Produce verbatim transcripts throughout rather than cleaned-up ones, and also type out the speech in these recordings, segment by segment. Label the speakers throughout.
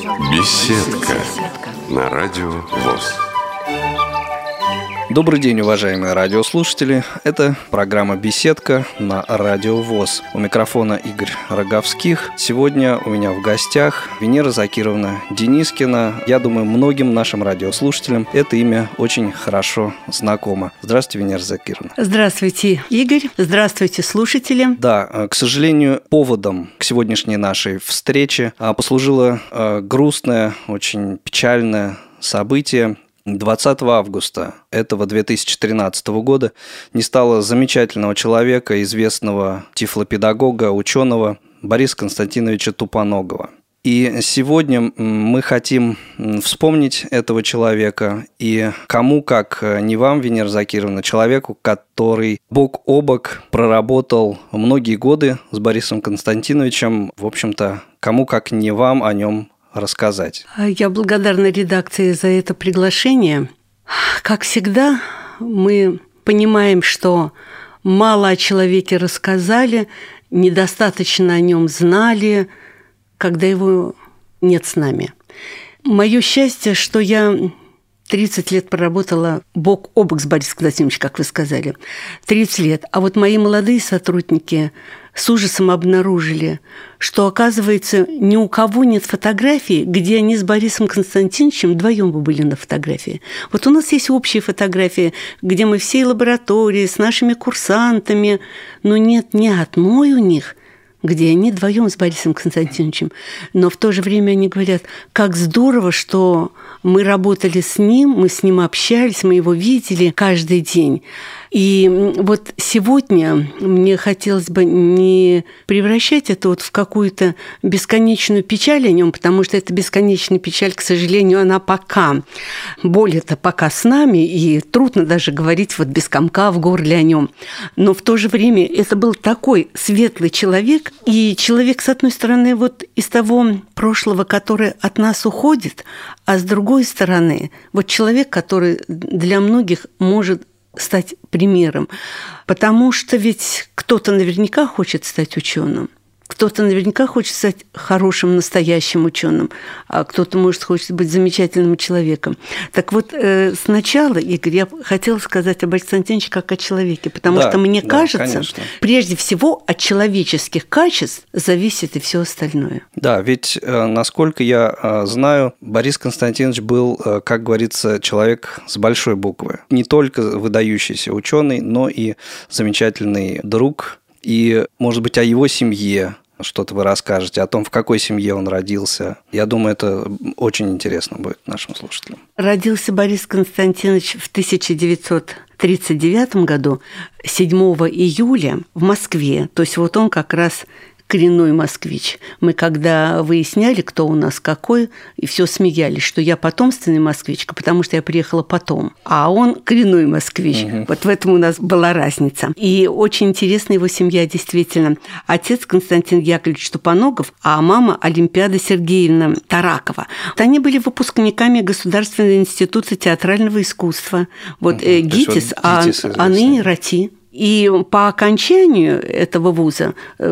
Speaker 1: Беседка на радио ВОС.
Speaker 2: Добрый день, уважаемые радиослушатели. Это программа «Беседка» на радио ВОС. У микрофона Игорь Роговских. Сегодня у меня в гостях Венера Закировна Денискина. Я думаю, многим нашим радиослушателям это имя очень хорошо знакомо. Здравствуйте, Венера Закировна.
Speaker 3: Здравствуйте, Игорь. Здравствуйте, слушатели.
Speaker 2: Да, к сожалению, поводом к сегодняшней нашей встрече послужило грустное, очень печальное событие. двадцатого августа этого две тысячи тринадцатого года не стало замечательного человека, известного тифлопедагога, ученого Бориса Константиновича Тупоногова. И сегодня мы хотим вспомнить этого человека, и кому, как не вам, Венера Закировна, человеку, который бок о бок проработал многие годы с Борисом Константиновичем, в общем-то, кому, как не вам, о нем рассказать.
Speaker 3: Я благодарна редакции за это приглашение. Как всегда, мы понимаем, что мало о человеке рассказали, недостаточно о нем знали, когда его нет с нами. Мое счастье, что я тридцать лет проработала бок о бок с Борисом Константиновичем, как вы сказали. тридцать лет. А вот мои молодые сотрудники с ужасом обнаружили, что, оказывается, ни у кого нет фотографии, где они с Борисом Константиновичем вдвоем бы были на фотографии. Вот у нас есть общие фотографии, где мы всей лаборатории с нашими курсантами, но нет ни одной у них, где они вдвоем с Борисом Константиновичем. Но в то же время они говорят, как здорово, что мы работали с ним, мы с ним общались, мы его видели каждый день. И вот сегодня мне хотелось бы не превращать это вот в какую-то бесконечную печаль о нем, потому что эта бесконечная печаль, к сожалению, она пока, боль-то пока с нами, и трудно даже говорить вот без комка в горле о нем. Но в то же время это был такой светлый человек, и человек, с одной стороны, вот из того прошлого, который от нас уходит, а с другой стороны, вот человек, который для многих может стать примером. Потому что ведь кто-то наверняка хочет стать ученым, кто-то наверняка хочет стать хорошим, настоящим ученым, а кто-то, может, хочет быть замечательным человеком. Так вот, э, сначала, Игорь, я хотела сказать об Борисе Константиновиче как о человеке, потому да, что мне да, кажется, конечно. Прежде всего от человеческих качеств зависит и все остальное.
Speaker 2: Да, ведь, э, насколько я э, знаю, Борис Константинович был, э, как говорится, человек с большой буквы. Не только выдающийся ученый, но и замечательный друг. И, может быть, о его семье что-то вы расскажете, о том, в какой семье он родился. Я думаю, это очень интересно будет нашим слушателям.
Speaker 3: Родился Борис Константинович в тысяча девятьсот тридцать девятом году, седьмого июля в Москве. То есть вот он как раз коренной москвич. Мы когда выясняли, кто у нас какой, и все смеялись, что я потомственная москвичка, потому что я приехала потом, а он коренной москвич. Угу. Вот в этом у нас была разница. И очень интересна его семья, действительно. Отец Константин Яковлевич Тупоногов, а мама Олимпиада Сергеевна Таракова. Вот они были выпускниками Государственного института театрального искусства. Вот угу. ГИТИС, вот а, а ныне РАТИ. И по окончанию этого вуза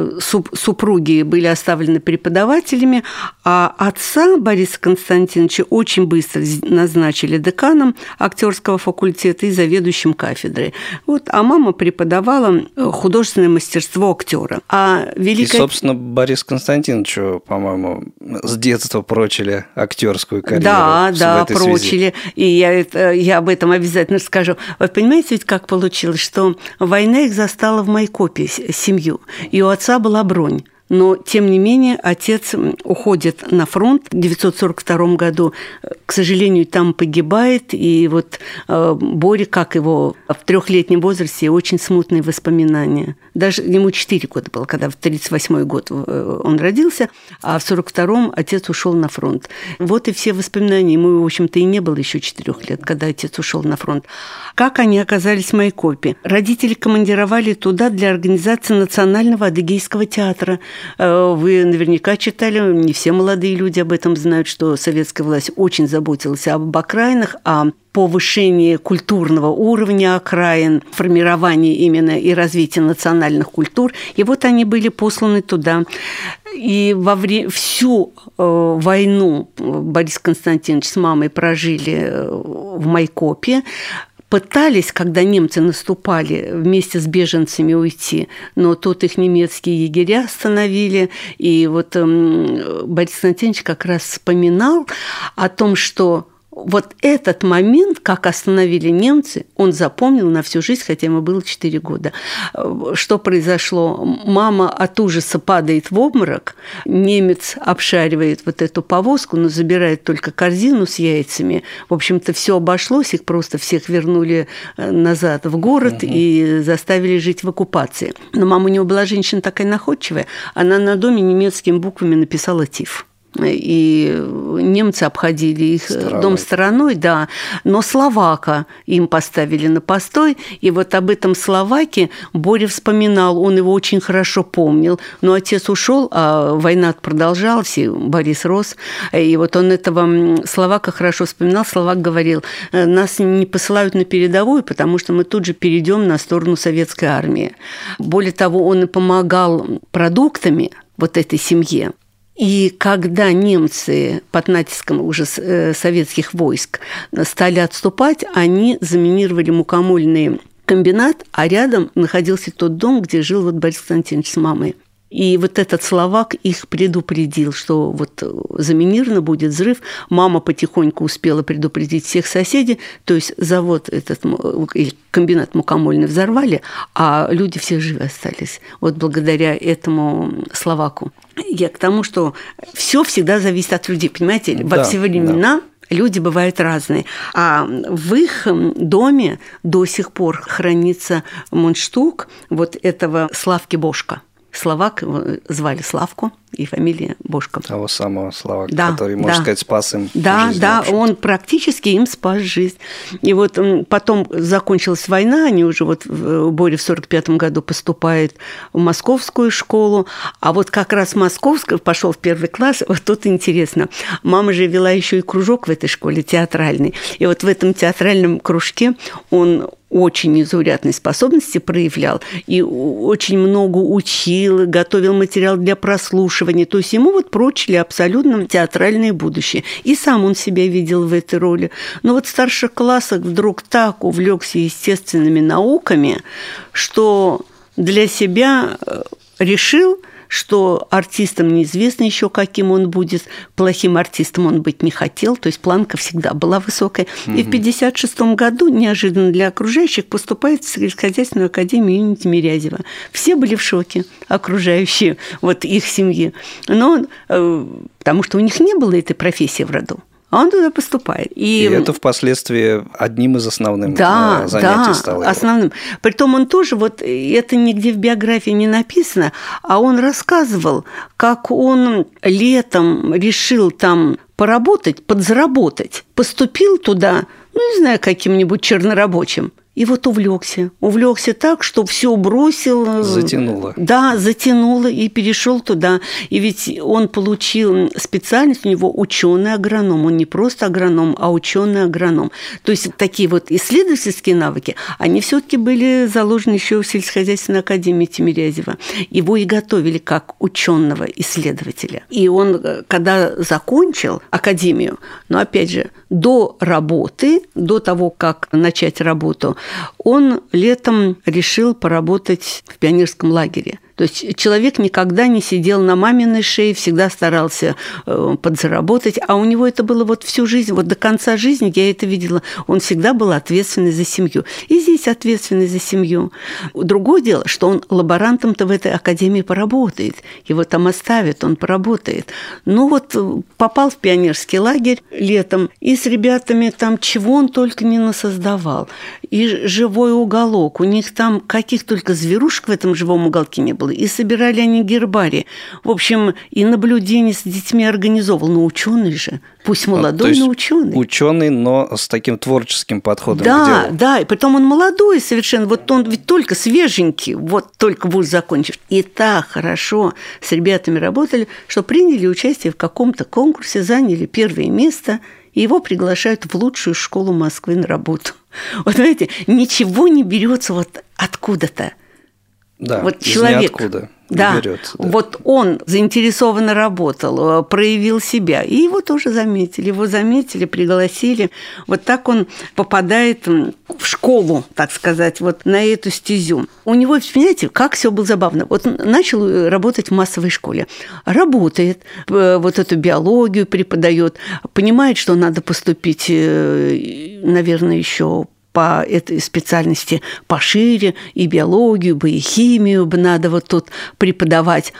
Speaker 3: супруги были оставлены преподавателями, а отца Бориса Константиновича очень быстро назначили деканом актерского факультета и заведующим кафедрой. Вот, а мама преподавала художественное мастерство актера. А великая...
Speaker 2: И, собственно, Борису Константиновичу, по-моему, с детства прочили актерскую карьеру.
Speaker 3: Да, да, прочили.
Speaker 2: Связи.
Speaker 3: И я, это, я об этом обязательно расскажу. Вы понимаете, ведь как получилось, что война их застала в Майкопе, семью, и у отца была бронь. Но, тем не менее, отец уходит на фронт в тысяча девятьсот сорок втором году. К сожалению, там погибает. И вот э, Боря, как его в трехлетнем возрасте, очень смутные воспоминания. Даже ему четыре года было, когда в тридцать восьмой год он родился, а в сорок втором отец ушел на фронт. Вот и все воспоминания. Ему, в общем-то, и не было еще четырех лет, когда отец ушел на фронт. Как они оказались в Майкопе? Родители командировали туда для организации Национального адыгейского театра. Вы наверняка читали, не все молодые люди об этом знают, что советская власть очень заботилась об окраинах, о повышении культурного уровня окраин, формировании именно и развития национальных культур. И вот они были посланы туда. И во время всю э, войну Борис Константинович с мамой прожили в Майкопе. Пытались, когда немцы наступали, вместе с беженцами уйти, но тут их немецкие егеря остановили. И вот э, Борис Константинович как раз вспоминал о том, что вот этот момент, как остановили немцы, он запомнил на всю жизнь, хотя ему было четыре года. Что произошло? Мама от ужаса падает в обморок, немец обшаривает вот эту повозку, но забирает только корзину с яйцами. В общем-то, все обошлось, их просто всех вернули назад в город угу. и заставили жить в оккупации. Но мама у него была женщина такая находчивая, она на доме немецкими буквами написала «Тиф». И немцы обходили их стороной. Дом стороной, да, но словака им поставили на постой, и вот об этом словаке Боря вспоминал, он его очень хорошо помнил, но отец ушел, а война продолжалась, и Борис рос, и вот он этого словака хорошо вспоминал, словак говорил, нас не посылают на передовую, потому что мы тут же перейдем на сторону советской армии. Более того, он и помогал продуктами вот этой семье. И когда немцы под натиском уже советских войск стали отступать, они заминировали мукомольный комбинат, а рядом находился тот дом, где жил вот Борис Константинович с мамой. И вот этот словак их предупредил, что вот заминировано, будет взрыв. Мама потихоньку успела предупредить всех соседей. То есть завод этот, комбинат мукомольный взорвали, а люди все живы остались. Вот благодаря этому словаку. Я к тому, что все всегда зависит от людей, понимаете? Во да, все времена да. люди бывают разные. А в их доме до сих пор хранится мундштук вот этого Славки Бошка. Словак, звали Славку, и фамилия Бошко.
Speaker 2: Того самого Славака,
Speaker 3: да,
Speaker 2: который, можно
Speaker 3: да.
Speaker 2: сказать, спас им
Speaker 3: да,
Speaker 2: жизнь.
Speaker 3: Да, да, он практически им спас жизнь. И вот потом закончилась война, они уже вот, Боря в сорок пятом году поступает в московскую школу, а вот как раз московскую пошел в первый класс, вот тут интересно, мама же вела еще и кружок в этой школе, театральный, и вот в этом театральном кружке он очень незаурядные способности проявлял и очень много учил, готовил материал для прослушивания. То есть ему вот прочили абсолютно театральное будущее. И сам он себя видел в этой роли. Но вот в старших классах вдруг так увлекся естественными науками, что для себя решил, что артистом неизвестно еще, каким он будет. Плохим артистом он быть не хотел, то есть планка всегда была высокая. Mm-hmm. И в пятьдесят шестом году, неожиданно для окружающих, поступает в сельскохозяйственную академию имени Тимирязева. Все были в шоке, окружающие вот их семьи. Но потому что у них не было этой профессии в роду. А он туда поступает. И,
Speaker 2: и это впоследствии одним из основных
Speaker 3: да,
Speaker 2: занятий
Speaker 3: да,
Speaker 2: стало.
Speaker 3: Основным. Притом он тоже, вот это нигде в биографии не написано, а он рассказывал, как он летом решил там поработать, подзаработать. Поступил туда, ну, не знаю, каким-нибудь чернорабочим. И вот увлекся. Увлекся так, что все бросил.
Speaker 2: Затянуло.
Speaker 3: Да, затянуло и перешел туда. И ведь он получил специальность, у него ученый-агроном. Он не просто агроном, а ученый-агроном. То есть такие вот исследовательские навыки, они все-таки были заложены еще в сельскохозяйственной академии Тимирязева. Его и готовили как ученого-исследователя. И он, когда закончил академию, но опять же, до работы, до того, как начать работу, он летом решил поработать в пионерском лагере. То есть человек никогда не сидел на маминой шее, всегда старался подзаработать, а у него это было вот всю жизнь, вот до конца жизни я это видела, он всегда был ответственный за семью. И здесь ответственный за семью. Другое дело, что он лаборантом-то в этой академии поработает, его там оставят, он поработает. Ну вот попал в пионерский лагерь летом, и с ребятами там чего он только не насоздавал. И живой уголок, у них там каких только зверушек в этом живом уголке не было. было, и собирали они гербарии. В общем, и наблюдение с детьми организовывал. Но ученый же, пусть молодой, но ученый.
Speaker 2: Ученый, но с таким творческим подходом
Speaker 3: да,
Speaker 2: к делу.
Speaker 3: Да, и потом он молодой совершенно. Вот он ведь только свеженький, вот только вуз закончив. И так хорошо с ребятами работали, что приняли участие в каком-то конкурсе, заняли первое место, и его приглашают в лучшую школу Москвы на работу. Вот знаете, ничего не берется вот откуда-то.
Speaker 2: Да,
Speaker 3: вот
Speaker 2: из
Speaker 3: человек,
Speaker 2: ниоткуда
Speaker 3: да,
Speaker 2: берется. Да.
Speaker 3: Вот он заинтересованно работал, проявил себя, и его тоже заметили. Его заметили, пригласили. Вот так он попадает в школу, так сказать, вот на эту стезю. У него, понимаете, как все было забавно. Вот он начал работать в массовой школе. Работает, вот эту биологию преподает, понимает, что надо поступить, наверное, еще по этой специальности пошире, и биологию бы, и химию бы надо вот тут преподавать.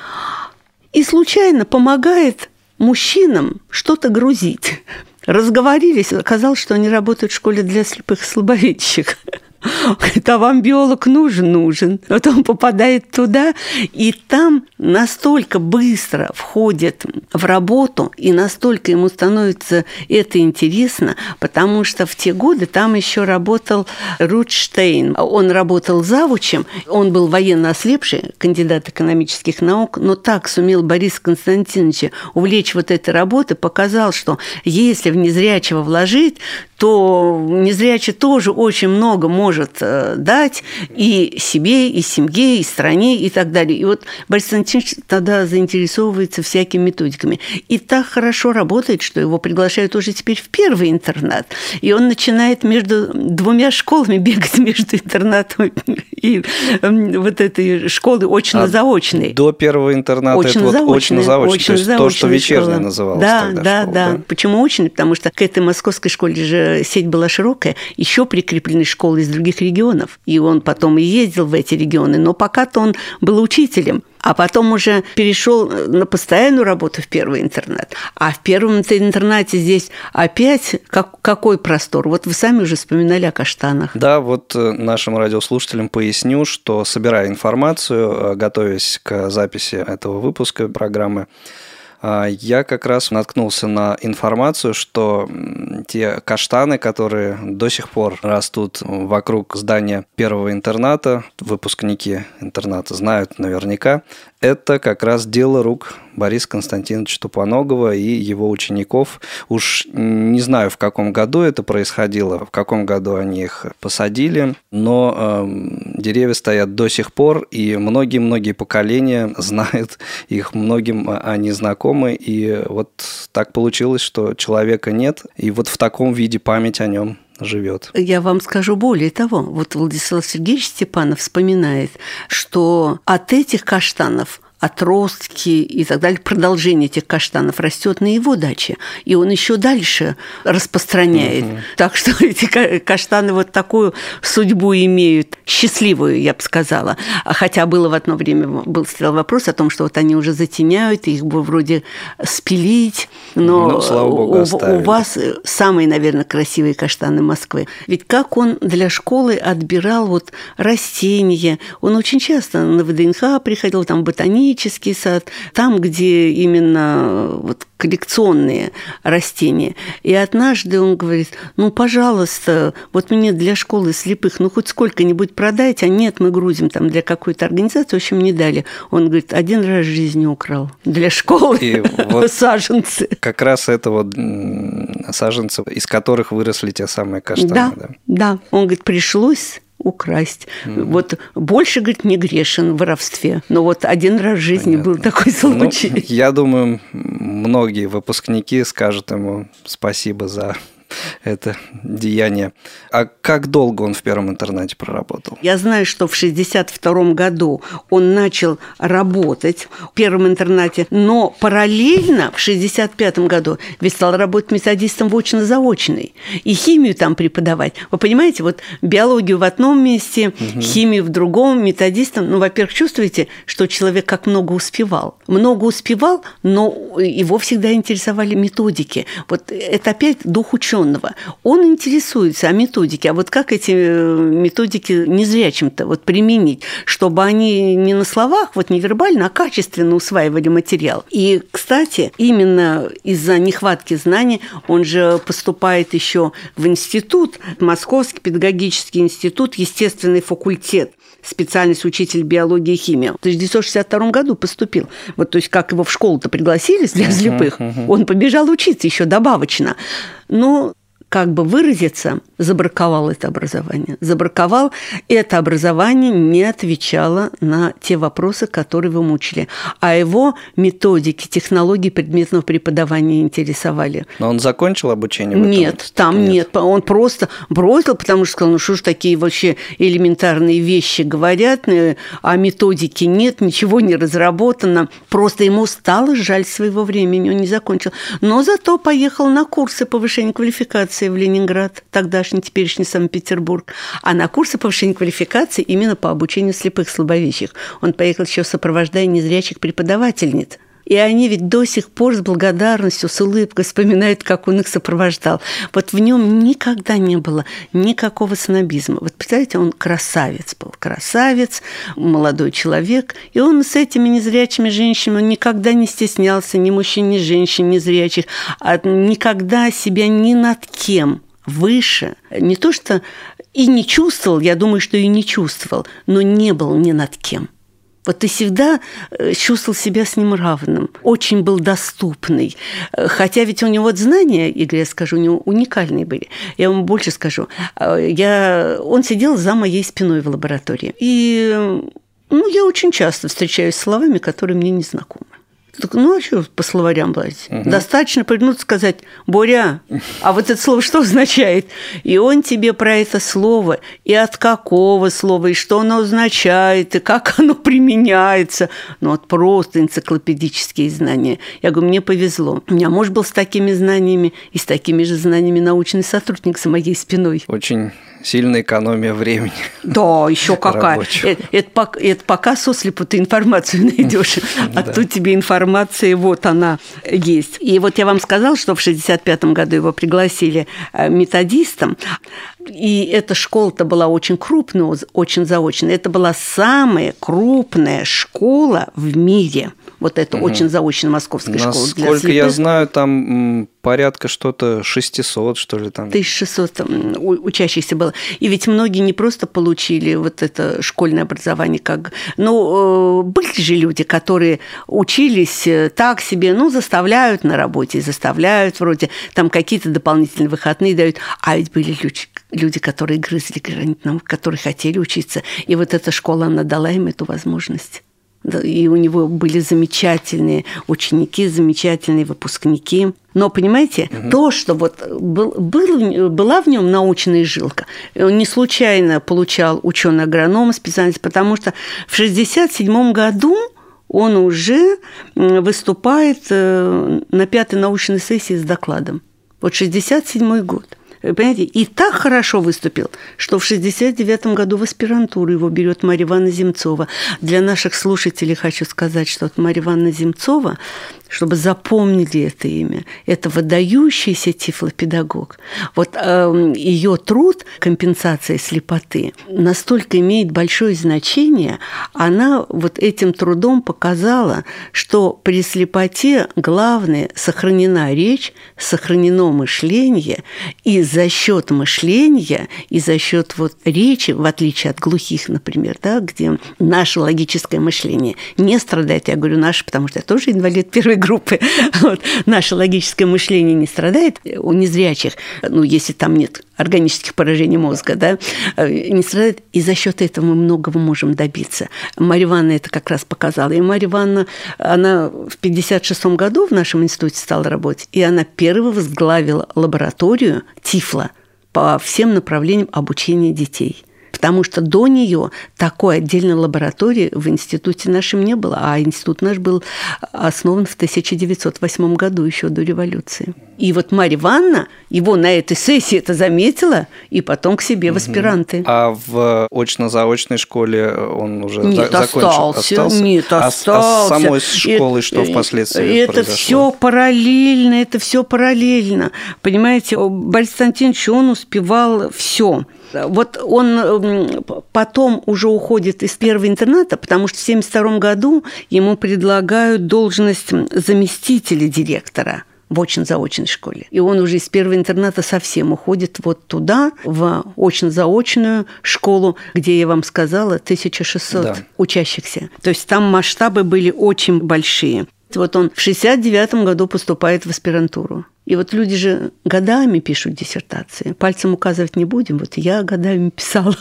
Speaker 3: И случайно помогает мужчинам что-то грузить. Разговорились, оказалось, что они работают в школе для слепых и слабовидящих. Говорит, а вам биолог нужен? Нужен. Вот он попадает туда, и там настолько быстро входит в работу, и настолько ему становится это интересно, потому что в те годы там еще работал Рутштейн. Он работал завучем, он был военно ослепший, кандидат экономических наук, но так сумел Борис Константинович увлечь вот этой работой, показал, что если в незрячего вложить, то незрячий тоже очень много может дать и себе, и семье, и стране, и так далее. И вот Борис Константинович тогда заинтересовывается всякими методиками. И так хорошо работает, что его приглашают уже теперь в первый интернат. И он начинает между двумя школами бегать, между интернатом и вот этой школы очно-заочной.
Speaker 2: А до первого интерната это вот очно-заочный, то, то, что вечерняя называлось
Speaker 3: да,
Speaker 2: тогда
Speaker 3: да,
Speaker 2: школа,
Speaker 3: да,
Speaker 2: да.
Speaker 3: Почему очный? Потому что к этой московской школе же сеть была широкая, еще прикреплены школы из других регионов. И он потом и ездил в эти регионы, но пока-то он был учителем. А потом уже перешел на постоянную работу в первый интернат. А в первом интернате здесь опять как, какой простор? Вот вы сами уже вспоминали о каштанах.
Speaker 2: Да, вот нашим радиослушателям поясню, что, собирая информацию, готовясь к записи этого выпуска программы, я как раз наткнулся на информацию, что те каштаны, которые до сих пор растут вокруг здания первого интерната, выпускники интерната знают наверняка, это как раз дело рук Бориса Константиновича Тупоногова и его учеников. Уж не знаю, в каком году это происходило, в каком году они их посадили, но э, деревья стоят до сих пор, и многие-многие поколения знают их, многим они знакомы, и вот так получилось, что человека нет, и вот в таком виде память о нем живет.
Speaker 3: Я вам скажу более того. Вот Владислав Сергеевич Степанов вспоминает, что от этих каштанов отростки и так далее, продолжение этих каштанов растет на его даче, и он еще дальше распространяет. Угу. Так что эти каштаны вот такую судьбу имеют, счастливую, я бы сказала. Хотя было в одно время, был стоял вопрос о том, что вот они уже затеняют, их бы вроде спилить, но, но слава богу, у, у вас самые, наверное, красивые каштаны Москвы. Ведь как он для школы отбирал вот растения, он очень часто на ВДНХ приходил, там ботанический сад, там, где именно вот коллекционные растения. И однажды он говорит, ну, пожалуйста, вот мне для школы слепых, ну, хоть сколько-нибудь продайте, а нет, мы грузим там для какой-то организации, в общем, не дали. Он говорит, один раз в жизни украл для школы вот саженцы.
Speaker 2: Как раз это вот саженцы, из которых выросли те самые каштаны.
Speaker 3: Да, да, да. Он говорит, пришлось украсть. Mm-hmm. Вот больше, говорит, не грешен в воровстве. Но вот один раз в жизни Понятно. Был такой случай.
Speaker 2: Ну, я думаю, многие выпускники скажут ему спасибо за это деяние. А как долго он в первом интернате проработал?
Speaker 3: Я знаю, что в шестьдесят втором году он начал работать в первом интернате, но параллельно в шестьдесят пятом году ведь стал работать методистом в очно-заочной и химию там преподавать. Вы понимаете, вот биологию в одном месте, угу. химию в другом, методистом. Ну, во-первых, чувствуете, что человек как много успевал. Много успевал, но его всегда интересовали методики. Вот это опять дух ученого. удаленного. Он интересуется о методике. А вот как эти методики незрячим-то вот применить, чтобы они не на словах, вот не вербально, а качественно усваивали материал. И, кстати, именно из-за нехватки знаний он же поступает еще в институт, Московский педагогический институт, естественный факультет. Специальность учитель биологии и химии. В тысяча девятьсот шестьдесят втором году поступил. Вот, то есть, как его в школу-то пригласили для слепых, uh-huh, uh-huh. он побежал учиться еще добавочно. Но, как бы выразиться, забраковал это образование. Забраковал. Это образование не отвечало на те вопросы, которые его мучили. А его методики, технологии предметного преподавания интересовали.
Speaker 2: Но он закончил обучение в этом?
Speaker 3: Нет, там нет. нет. Он просто бросил, потому что сказал, ну что ж такие вообще элементарные вещи говорят, а методики нет, ничего не разработано. Просто ему стало жаль своего времени, он не закончил. Но зато поехал на курсы повышения квалификации в Ленинград, тогдашний, теперешний Санкт-Петербург, а на курсы повышения квалификации именно по обучению слепых, слабовидящих. Он поехал еще сопровождая незрячих преподавательниц. И они ведь до сих пор с благодарностью, с улыбкой вспоминают, как он их сопровождал. Вот в нем никогда не было никакого снобизма. Вот представляете, он красавец был, красавец, молодой человек. И он с этими незрячими женщинами он никогда не стеснялся, ни мужчин, ни женщин, незрячих, а никогда себя ни над кем выше. Не то что и не чувствовал, я думаю, что и не чувствовал, но не был ни над кем. Вот ты всегда чувствовал себя с ним равным, очень был доступный. Хотя ведь у него вот знания, Игорь, я скажу, у него уникальные были. Я вам больше скажу. Я... Он сидел за моей спиной в лаборатории. И ну, я очень часто встречаюсь с словами, которые мне не знакомы. Так, ну, а что по словарям брать? Угу. Достаточно придут сказать: «Боря, а вот это слово что означает?» И он тебе про это слово, и от какого слова, и что оно означает, и как оно применяется. Ну, вот просто энциклопедические знания. Я говорю, мне повезло. У меня муж был с такими знаниями, и с такими же знаниями научный сотрудник за моей спиной.
Speaker 2: Очень сильная экономия времени.
Speaker 3: Да, еще какая. Это, это, это пока сослепу ты информацию найдешь, а тут тебе информация, вот она есть. И вот я вам сказала, что в шестьдесят пятом году его пригласили методистом, и эта школа-то была очень крупная, очень заочная. Это была самая крупная школа в мире. Вот это угу. очень заочная московская школа.
Speaker 2: Насколько я знаю, там порядка что-то шестьсот, что ли, там.
Speaker 3: тысяча шестьсот там, учащихся было. И ведь многие не просто получили вот это школьное образование, как... Ну, были же люди, которые учились так себе, ну, заставляют на работе, заставляют вроде, там какие-то дополнительные выходные дают. А ведь были люди, люди, которые грызли гранит наук, которые хотели учиться. И вот эта школа, она дала им эту возможность. И у него были замечательные ученики, замечательные выпускники. Но, понимаете, угу. то, что вот был, был, была в нем научная жилка, он не случайно получал ученый-агроном специальность, потому что в шестьдесят седьмом году он уже выступает на пятой научной сессии с докладом. Вот шестьдесят седьмой год. Понимаете, и так хорошо выступил, что в шестьдесят девятом году в аспирантуру его берет Марья Ивановна Земцова. Для наших слушателей хочу сказать, что вот Марья Ивановна Земцова, чтобы запомнили это имя, это выдающийся тифлопедагог. Вот э, ее труд «Компенсация слепоты» настолько имеет большое значение, она вот этим трудом показала, что при слепоте главное – сохранена речь, сохранено мышление, и за счет мышления, и за счет вот речи, в отличие от глухих, например, да, где наше логическое мышление не страдает, я говорю наше, потому что я тоже инвалид первой группы, вот, наше логическое мышление не страдает у незрячих, ну, если там нет органических поражений мозга, да, не страдает, и за счет этого мы многого можем добиться. Марья Ивановна это как раз показала. И Марья Ивановна, она в пятьдесят шестом году в нашем институте стала работать, и она первой возглавила лабораторию ТИФЛа по всем направлениям обучения детей. Потому что до нее такой отдельной лаборатории в институте нашем не было. А институт наш был основан в тысяча девятьсот восьмом году, еще до революции. И вот Марья Ивановна его на этой сессии это заметила, и потом к себе в аспиранты.
Speaker 2: А в очно-заочной школе он уже
Speaker 3: нет,
Speaker 2: за- закончил?
Speaker 3: Остался,
Speaker 2: остался?
Speaker 3: Нет,
Speaker 2: а,
Speaker 3: остался.
Speaker 2: А с самой школой
Speaker 3: это,
Speaker 2: что впоследствии
Speaker 3: это
Speaker 2: произошло?
Speaker 3: все параллельно, это все параллельно. Понимаете, Борис Константинович, он успевал все. Вот он потом уже уходит из первого интерната, потому что в семьдесят втором году ему предлагают должность заместителя директора в очно-заочной школе. И он уже из первого интерната совсем уходит вот туда, в очно-заочную школу, где, я вам сказала, тысяча шестьсот да. учащихся. То есть там масштабы были очень большие. Вот он в шестьдесят девятом году поступает в аспирантуру. И вот люди же годами пишут диссертации. Пальцем указывать не будем. Вот я годами писала.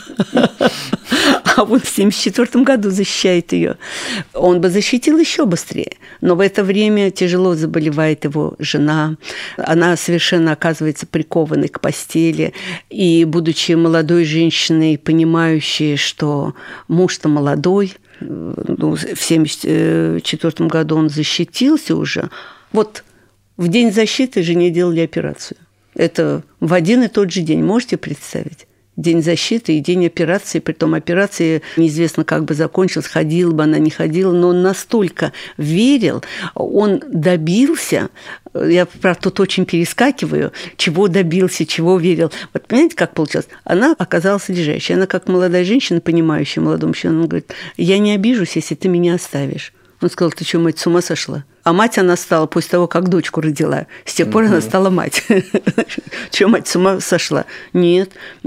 Speaker 3: А вот в семьдесят четвёртом году защищает ее. Он бы защитил еще быстрее. Но в это время тяжело заболевает его жена. Она совершенно оказывается прикованной к постели. И, будучи молодой женщиной, понимающей, что муж-то молодой, ну, в семьдесят четвёртом году он защитился уже. Вот в день защиты жене делали операцию. Это в один и тот же день. Можете представить? День защиты и день операции. Притом операция неизвестно, как бы закончилась, ходила бы она, не ходила, но он настолько верил, он добился, я, правда, тут очень перескакиваю, чего добился, чего верил. Вот понимаете, как получилось? Она оказалась лежащей. Она, как молодая женщина, понимающая молодому мужчину, она говорит: я не обижусь, если ты меня оставишь. Он сказал: ты что, мать, с ума сошла? А мать она стала после того, как дочку родила. С тех пор угу. она стала мать. Что, мать, с ума сошла? Нет,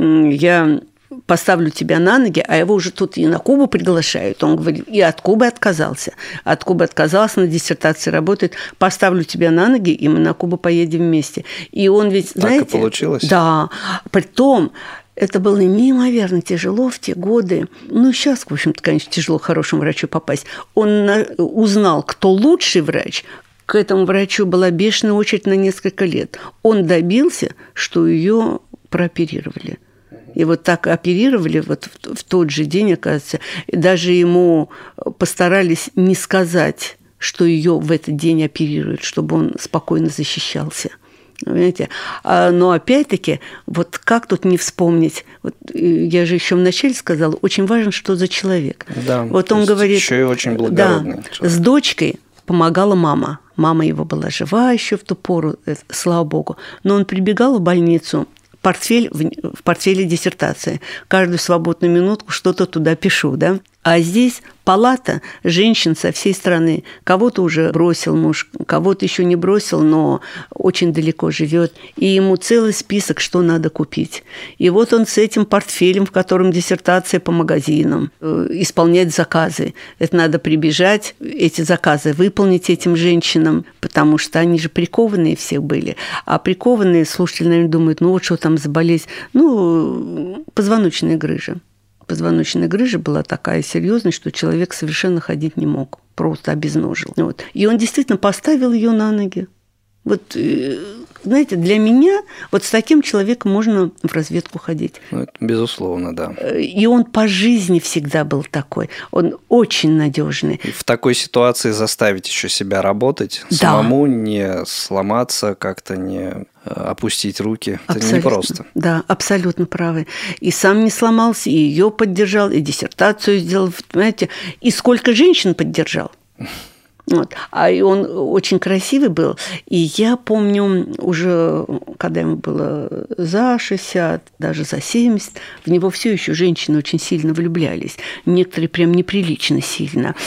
Speaker 3: я поставлю тебя на ноги, а его уже тут и на Кубу приглашают. Он говорит, и от Кубы отказался. От Кубы отказался, на диссертации работает. Поставлю тебя на ноги, и мы на Кубу поедем вместе. И он ведь,
Speaker 2: так
Speaker 3: знаете...
Speaker 2: Так и получилось?
Speaker 3: Да. Притом... Это было неимоверно тяжело в те годы. Ну, сейчас, в общем-то, конечно, тяжело к хорошему врачу попасть. Он узнал, кто лучший врач. К этому врачу была бешеная очередь на несколько лет. Он добился, что ее прооперировали. И вот так оперировали вот в тот же день, оказывается. И даже ему постарались не сказать, что ее в этот день оперируют, чтобы он спокойно защищался. Понимаете? Но опять-таки, вот как тут не вспомнить? Вот я же еще вначале сказала, очень важно, что за человек.
Speaker 2: Да,
Speaker 3: вот он говорит,
Speaker 2: еще и очень благородный.
Speaker 3: Да, с дочкой помогала мама. Мама его была жива еще в ту пору, слава богу. Но он прибегал в больницу, портфель, в портфеле диссертации. Каждую свободную минутку что-то туда пишу, да? А здесь палата женщин со всей страны. Кого-то уже бросил муж, кого-то еще не бросил, но очень далеко живет. И ему целый список, что надо купить. И вот он с этим портфелем, в котором диссертация по магазинам, исполнять заказы. Это надо прибежать, эти заказы выполнить этим женщинам, потому что они же прикованные все были. А прикованные слушатели, наверное, думают, ну вот что там за болезнь? Ну, позвоночная грыжа. Позвоночная грыжа была такая серьезная, что человек совершенно ходить не мог, просто обезножил. Вот. И он действительно поставил ее на ноги. Вот, знаете, для меня вот с таким человеком можно в разведку ходить.
Speaker 2: Ну, это безусловно, да.
Speaker 3: И он по жизни всегда был такой. Он очень надежный.
Speaker 2: И в такой ситуации заставить еще себя работать, да. самому не сломаться, как-то не опустить руки.
Speaker 3: Абсолютно.
Speaker 2: Это непросто.
Speaker 3: Да, абсолютно правы. И сам не сломался, и ее поддержал, и диссертацию сделал. Понимаете? И сколько женщин поддержал. Вот. А он очень красивый был. И я помню, уже когда ему было за шестьдесят, даже за семьдесят, в него все еще женщины очень сильно влюблялись. Некоторые прям неприлично сильно.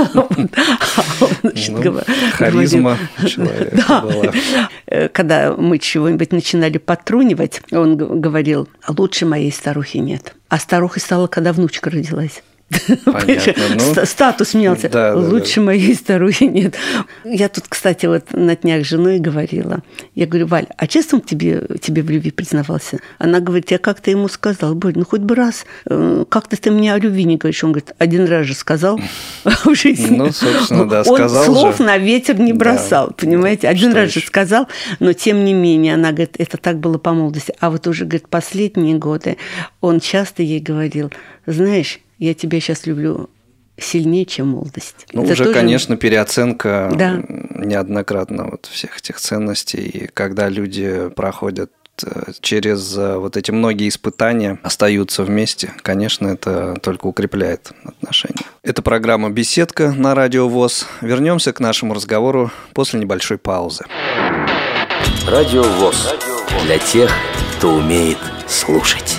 Speaker 2: Харизма человека была.
Speaker 3: Когда мы чего-нибудь начинали подтрунивать, он говорил, лучше моей старухи нет. А старухой стала, когда внучка родилась.
Speaker 2: Понятно. Ну,
Speaker 3: статус менялся.
Speaker 2: Да, да,
Speaker 3: Лучше
Speaker 2: да.
Speaker 3: моей старухи нет. Я тут, кстати, вот на днях с женой говорила. Я говорю: Валь, а часто он тебе, тебе в любви признавался? Она говорит: я как-то ему сказал: Борь, ну хоть бы раз, как-то ты мне о любви не говоришь. Он говорит: один раз же сказал в жизни.
Speaker 2: Ну, собственно, да,
Speaker 3: Он
Speaker 2: сказал
Speaker 3: слов
Speaker 2: же.
Speaker 3: на ветер не бросал,
Speaker 2: Да,
Speaker 3: понимаете?
Speaker 2: да,
Speaker 3: Один
Speaker 2: что
Speaker 3: раз же
Speaker 2: еще?
Speaker 3: сказал, но тем не менее, она говорит, это так было по молодости. А вот уже, говорит, последние годы он часто ей говорил: знаешь, я тебя сейчас люблю сильнее, чем молодость.
Speaker 2: Ну,
Speaker 3: Это
Speaker 2: уже,
Speaker 3: тоже...
Speaker 2: конечно, переоценка
Speaker 3: Да.
Speaker 2: неоднократно вот всех этих ценностей. И когда люди проходят через вот эти многие испытания, остаются вместе, конечно, это только укрепляет отношения. Это программа «Беседка» на Радио ВОС. Вернемся к нашему разговору после небольшой паузы.
Speaker 4: Радио ВОС. Для тех, кто умеет слушать.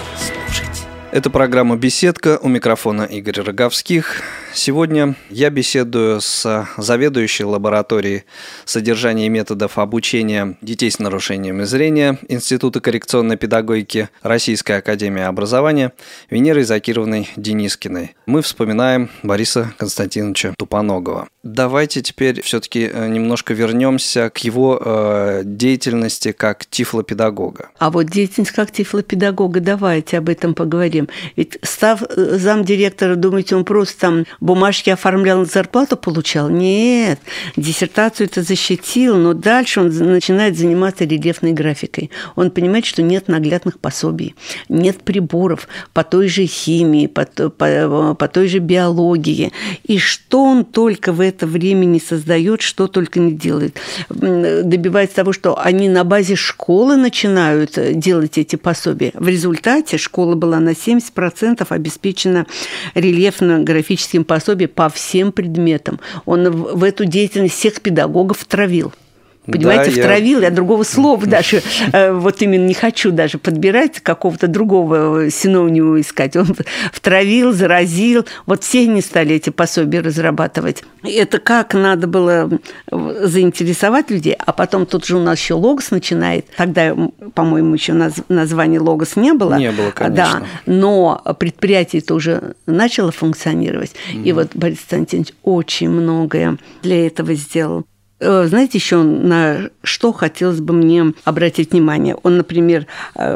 Speaker 2: Это программа «Беседка», у микрофона Игорь Роговских. Сегодня я беседую с заведующей лабораторией содержания и методов обучения детей с нарушениями зрения Института коррекционной педагогики Российской академии образования Венерой Закировной Денискиной. Мы вспоминаем Бориса Константиновича Тупоногова. Давайте теперь все-таки немножко вернемся к его э, деятельности как тифлопедагога.
Speaker 3: А вот деятельность как тифлопедагога, давайте об этом поговорим. Ведь став замдиректора, думаете, он просто там бумажки оформлял, на зарплату получал? Нет, диссертацию это защитил, но дальше он начинает заниматься рельефной графикой. Он понимает, что нет наглядных пособий, нет приборов по той же химии, по, по, по той же биологии. И что он только в это время не создает, что только не делает. Добивается того, что они на базе школы начинают делать эти пособия. В результате школа была на семьдесят процентов обеспечена рельефно-графическим пособием по всем предметам. Он в эту деятельность всех педагогов втравил. Понимаете, да, втравил, я... я другого слова даже, вот именно не хочу даже подбирать, какого-то другого синонима искать. Он втравил, заразил, вот все они стали эти пособия разрабатывать. Это как надо было заинтересовать людей, а потом тут же у нас еще Логос начинает. Тогда, по-моему, еще названия Логос не было.
Speaker 2: Не было, конечно.
Speaker 3: Да, но предприятие-то уже начало функционировать. Mm. И вот Борис Константинович очень многое для этого сделал. Знаете, еще на что хотелось бы мне обратить внимание? Он, например,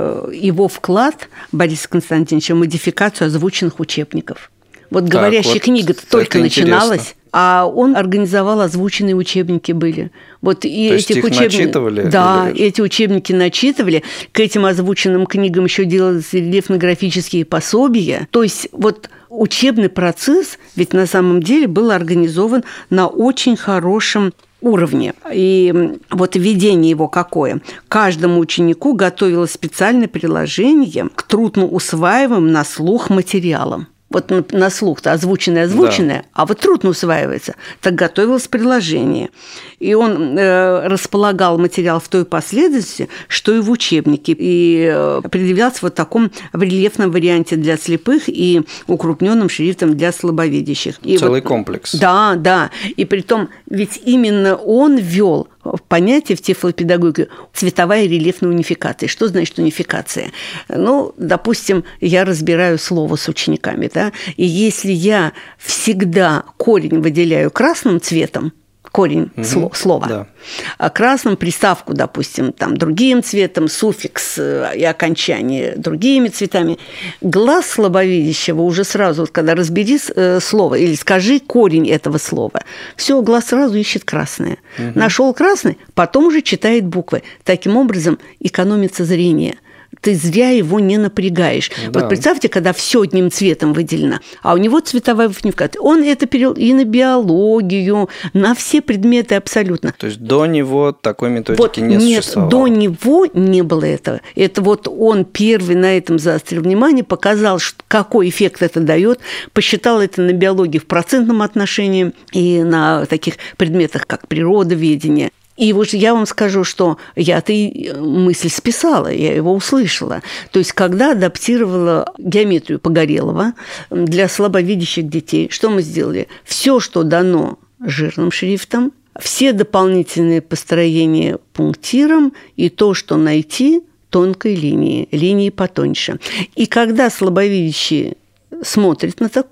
Speaker 3: его вклад, Бориса Константиновича, в модификацию озвученных учебников. Вот так, говорящая вот книга-то только начиналась, интересно. А он организовал озвученные учебники были. Вот и
Speaker 2: То есть
Speaker 3: этих
Speaker 2: их
Speaker 3: учебников,
Speaker 2: начитывали?
Speaker 3: Да,
Speaker 2: или...
Speaker 3: эти учебники начитывали. К этим озвученным книгам еще делались рельефно-графические пособия. То есть вот учебный процесс ведь на самом деле был организован на очень хорошем уровне. И вот введение его какое? Каждому ученику готовилось специальное приложение к трудно усваиваемым на слух материалам. Вот на слух-то озвученное, озвученное, да. А вот трудно усваивается. Так готовилось приложение. И он э, располагал материал в той последовательности, что и в учебнике. И э, предъявлялся вот в таком в рельефном варианте для слепых и укрупненным шрифтом для слабовидящих. И
Speaker 2: целый
Speaker 3: вот,
Speaker 2: комплекс.
Speaker 3: Да, да. И притом, ведь именно он ввел понятие в тифлопедагогике цветовая рельефная унификация. Что значит унификация? Ну, допустим, я разбираю слово с учениками, да, и если я всегда корень выделяю красным цветом, корень угу, слова, да. А красным приставку, допустим, там, другим цветом, суффикс и окончание другими цветами. Глаз слабовидящего уже сразу, когда разбери слово или скажи корень этого слова, все, глаз сразу ищет красное. Угу. Нашел красный, потом уже читает буквы. Таким образом экономится зрение. Ты зря его не напрягаешь. Да. Вот представьте, когда все одним цветом выделено, а у него цветовая унификация. Он это перевел и на биологию, на все предметы абсолютно.
Speaker 2: То есть до него такой методики
Speaker 3: вот
Speaker 2: не
Speaker 3: нет,
Speaker 2: существовало?
Speaker 3: До него не было этого. Это вот он первый на этом заострил внимание, показал, какой эффект это дает, посчитал это на биологии в процентном отношении и на таких предметах, как природоведение. И вот я вам скажу, что я-то и мысль списала, я его услышала. То есть, когда адаптировала геометрию Погорелова для слабовидящих детей, что мы сделали? Все, что дано жирным шрифтом, все дополнительные построения пунктиром и то, что найти тонкой линией, линией потоньше. И когда слабовидящие смотрят на такой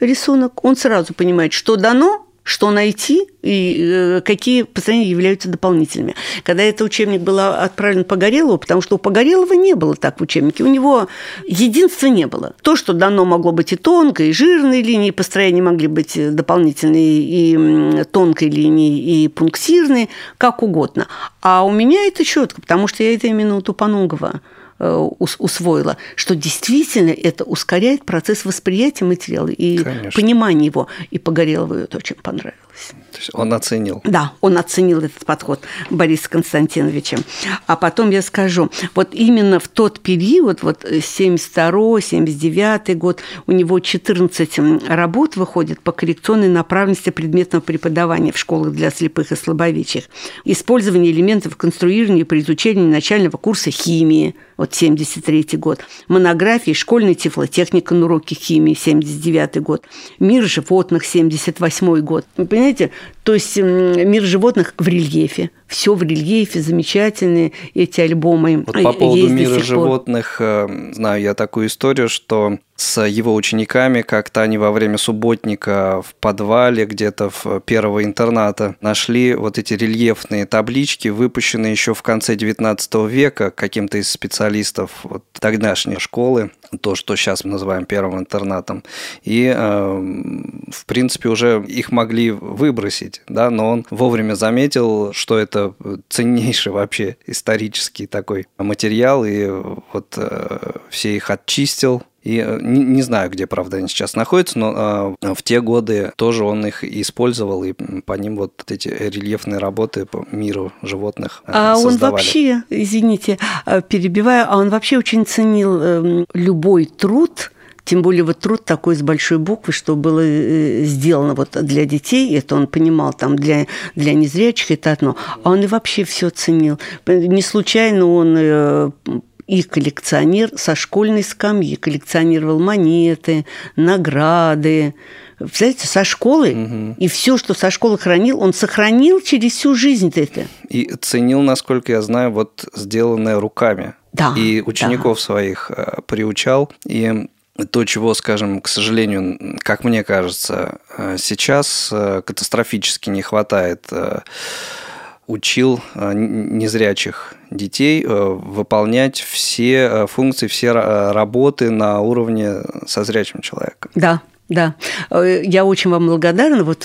Speaker 3: рисунок, он сразу понимает, что дано, что найти и какие построения являются дополнительными. Когда этот учебник был отправлен Погорелову, потому что у Погорелова не было так в учебнике, у него единства не было. То, что дано, могло быть и тонкой, и жирной линией, построения могли быть дополнительные и тонкой линии, и пунктирные, как угодно. А у меня это четко, потому что я это именно у Тупоногова усвоила, что действительно это ускоряет процесс восприятия материала и Конечно. Понимания его. И Погорелову это очень понравилось.
Speaker 2: То есть он оценил.
Speaker 3: Да, он оценил этот подход Бориса Константиновича. А потом я скажу, вот именно в тот период, вот семьдесят второй — семьдесят девятый год, у него четырнадцать работ выходит по коррекционной направленности предметного преподавания в школах для слепых и слабовидящих. Использование элементов конструирования при изучении начального курса химии, вот семьдесят третий год. Монографии «Школьная тифлотехника на уроке химии», семьдесят девятый год. «Мир животных», семьдесят восьмой год. Вы понимаете, то есть «Мир животных» в рельефе. Все в рельефе, замечательные эти альбомы.
Speaker 2: Вот по поводу «Мира животных» знаю я такую историю, что с его учениками как-то они во время субботника в подвале где-то в первого интерната нашли вот эти рельефные таблички, выпущенные еще в конце девятнадцатого века каким-то из специалистов вот тогдашней школы, то, что сейчас мы называем первым интернатом. И, в принципе, уже их могли выбросить, да, но он вовремя заметил, что это ценнейший вообще исторический такой материал, и вот все их отчистил. И не, не знаю, где, правда, они сейчас находятся, но э, в те годы тоже он их использовал, и по ним вот эти рельефные работы по миру животных э,
Speaker 3: а
Speaker 2: создавали.
Speaker 3: Он вообще, извините, перебиваю, а он вообще очень ценил э, любой труд, тем более вот труд такой с большой буквы, что было сделано вот для детей, это он понимал, там для, для незрячих это одно, а он и вообще все ценил. Не случайно он... Э, и коллекционер со школьной скамьи, коллекционировал монеты, награды. Представляете, со школы, угу. И все, что со школы хранил, он сохранил через всю жизнь это.
Speaker 2: И ценил, насколько я знаю, вот сделанное руками.
Speaker 3: Да,
Speaker 2: и учеников
Speaker 3: да.
Speaker 2: своих приучал. И то, чего, скажем, к сожалению, как мне кажется, сейчас катастрофически не хватает, учил незрячих детей выполнять все функции, все работы на уровне со зрячим человеком.
Speaker 3: Да. Да, я очень вам благодарна вот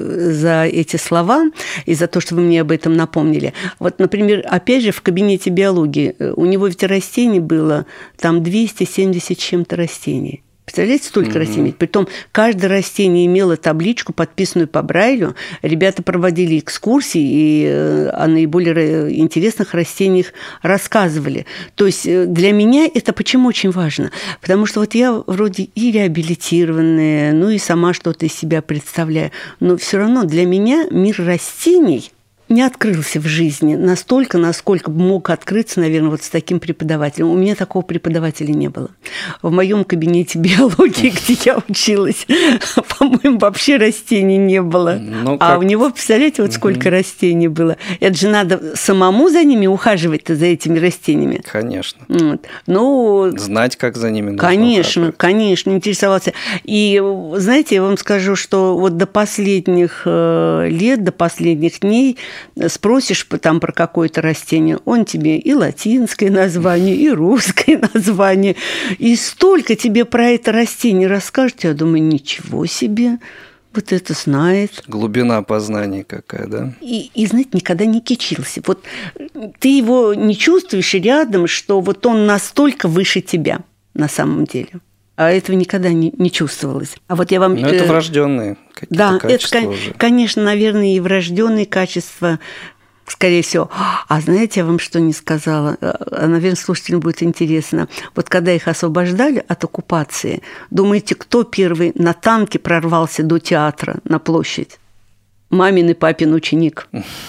Speaker 3: за эти слова и за то, что вы мне об этом напомнили. Вот, например, опять же, в кабинете биологии у него ведь растений было там двести семьдесят чем-то растений. Представляете, столько mm-hmm. растений. Притом каждое растение имело табличку, подписанную по Брайлю. Ребята проводили экскурсии и о наиболее интересных растениях рассказывали. То есть для меня это почему очень важно? Потому что вот я вроде и реабилитированная, ну и сама что-то из себя представляю. Но все равно для меня мир растений не открылся в жизни настолько, насколько мог открыться, наверное, вот с таким преподавателем. У меня такого преподавателя не было. В моем кабинете биологии, где я училась, по-моему, вообще растений не было. Ну, а у него, представляете, вот сколько угу. растений было. Это же надо самому за ними ухаживать-то, за этими растениями.
Speaker 2: Конечно.
Speaker 3: Вот. Ну,
Speaker 2: знать, как за ними нужно
Speaker 3: Конечно,
Speaker 2: ухаживать.
Speaker 3: конечно, интересовался. И, знаете, я вам скажу, что вот до последних лет, до последних дней спросишь там про какое-то растение, он тебе и латинское название, и русское название, и столько тебе про это растение расскажет, я думаю, ничего себе, вот это знает.
Speaker 2: Глубина познания какая, да?
Speaker 3: И, и, знаете, никогда не кичился. Вот ты его не чувствуешь рядом, что вот он настолько выше тебя на самом деле. А этого никогда не, не чувствовалось. А вот я вам...
Speaker 2: Ну, это врожденные какие-то
Speaker 3: да,
Speaker 2: качества
Speaker 3: это,
Speaker 2: уже. Конечно,
Speaker 3: наверное, и врожденные качества, скорее всего. А знаете, я вам что не сказала? А, наверное, слушателям будет интересно. Вот когда их освобождали от оккупации, думаете, кто первый на танке прорвался до театра на площадь? Мамин и папин ученик.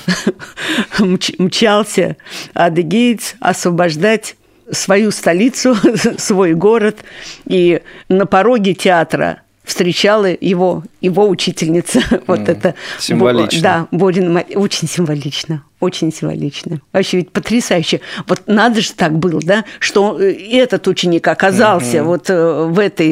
Speaker 3: Мчался адыгеец освобождать свою столицу, свой город, и на пороге театра встречала его, его учительница. Mm, вот это
Speaker 2: символично.
Speaker 3: Да, Борина, очень символично, очень символично. Вообще ведь потрясающе. Вот надо же так было, да, что этот ученик оказался mm-hmm. вот в этой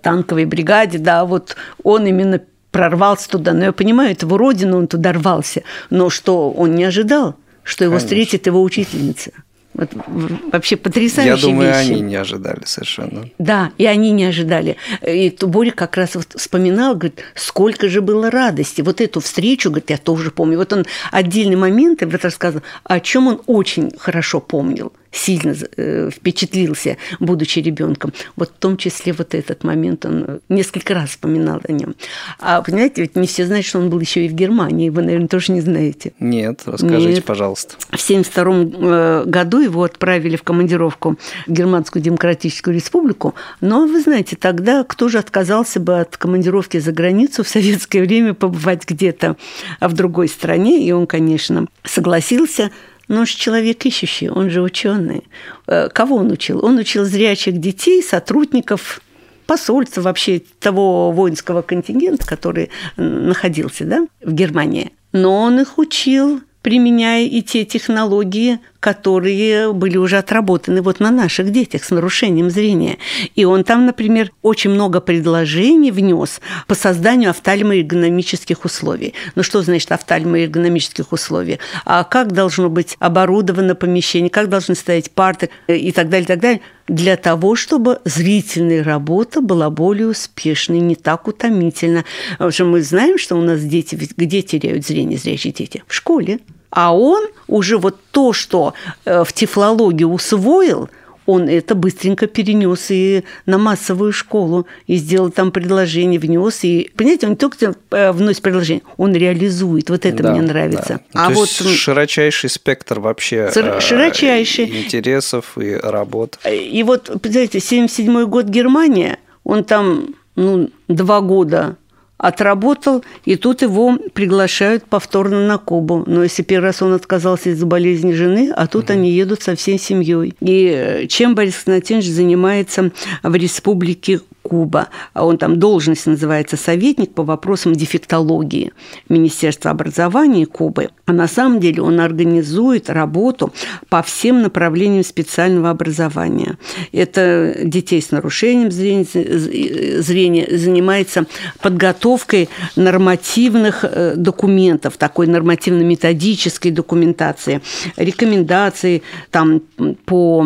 Speaker 3: танковой бригаде, да, вот он именно прорвался туда. Но я понимаю, это его родина, он туда рвался. Но что он не ожидал, что его Конечно. Встретит его учительница. Вот вообще потрясающие вещи.
Speaker 2: Я думаю,
Speaker 3: вещи.
Speaker 2: Они не ожидали совершенно.
Speaker 3: Да, и они не ожидали. И Боря как раз вот вспоминал, говорит, сколько же было радости. Вот эту встречу, говорит, я тоже помню. Вот он отдельный момент вот рассказывал, о чем он очень хорошо помнил, сильно э, впечатлился, будучи ребенком. Вот в том числе вот этот момент он несколько раз вспоминал о нем. А понимаете, ведь не все знают, что он был еще и в Германии. Вы, наверное, тоже не знаете.
Speaker 2: Нет, расскажите,
Speaker 3: Нет.
Speaker 2: пожалуйста.
Speaker 3: В семьдесят втором году его отправили в командировку в Германскую Демократическую Республику. Но, вы знаете, тогда кто же отказался бы от командировки за границу в советское время побывать где-то в другой стране? И он, конечно, согласился. Но он же человек ищущий, он же ученый. Кого он учил? Он учил зрячих детей, сотрудников посольства, вообще того воинского контингента, который находился, да, в Германии. Но он их учил, применяя и те технологии, которые были уже отработаны вот на наших детях с нарушением зрения. И он там, например, очень много предложений внес по созданию офтальмоэргономических условий. Ну, что значит офтальмоэргономических условий? А как должно быть оборудовано помещение, как должны стоять парты и так далее, и так далее, для того, чтобы зрительная работа была более успешной, не так утомительна. Потому что мы знаем, что у нас дети, где теряют зрение зрячие дети? В школе. А он уже вот то, что в тефлологии усвоил, он это быстренько перенес и на массовую школу, и сделал там предложение, внес. И, понимаете, он не только вносит предложение, он реализует. Вот это
Speaker 2: да,
Speaker 3: мне нравится.
Speaker 2: Да.
Speaker 3: А
Speaker 2: то
Speaker 3: вот
Speaker 2: есть широчайший спектр вообще
Speaker 3: широчайший.
Speaker 2: интересов и работ.
Speaker 3: И вот, понимаете, семьдесят седьмой год Германия, он там ну, два года отработал, и тут его приглашают повторно на Кубу. Но если первый раз он отказался из-за болезни жены, а тут угу. они едут со всей семьей. И чем Борис Константинович занимается в республике Куба? Он там должность называется советник по вопросам дефектологии Министерства образования Кубы. А на самом деле он организует работу по всем направлениям специального образования. Это детей с нарушением зрения, зрения занимается подготовкой нормативных документов, такой нормативно-методической документации, рекомендаций там, по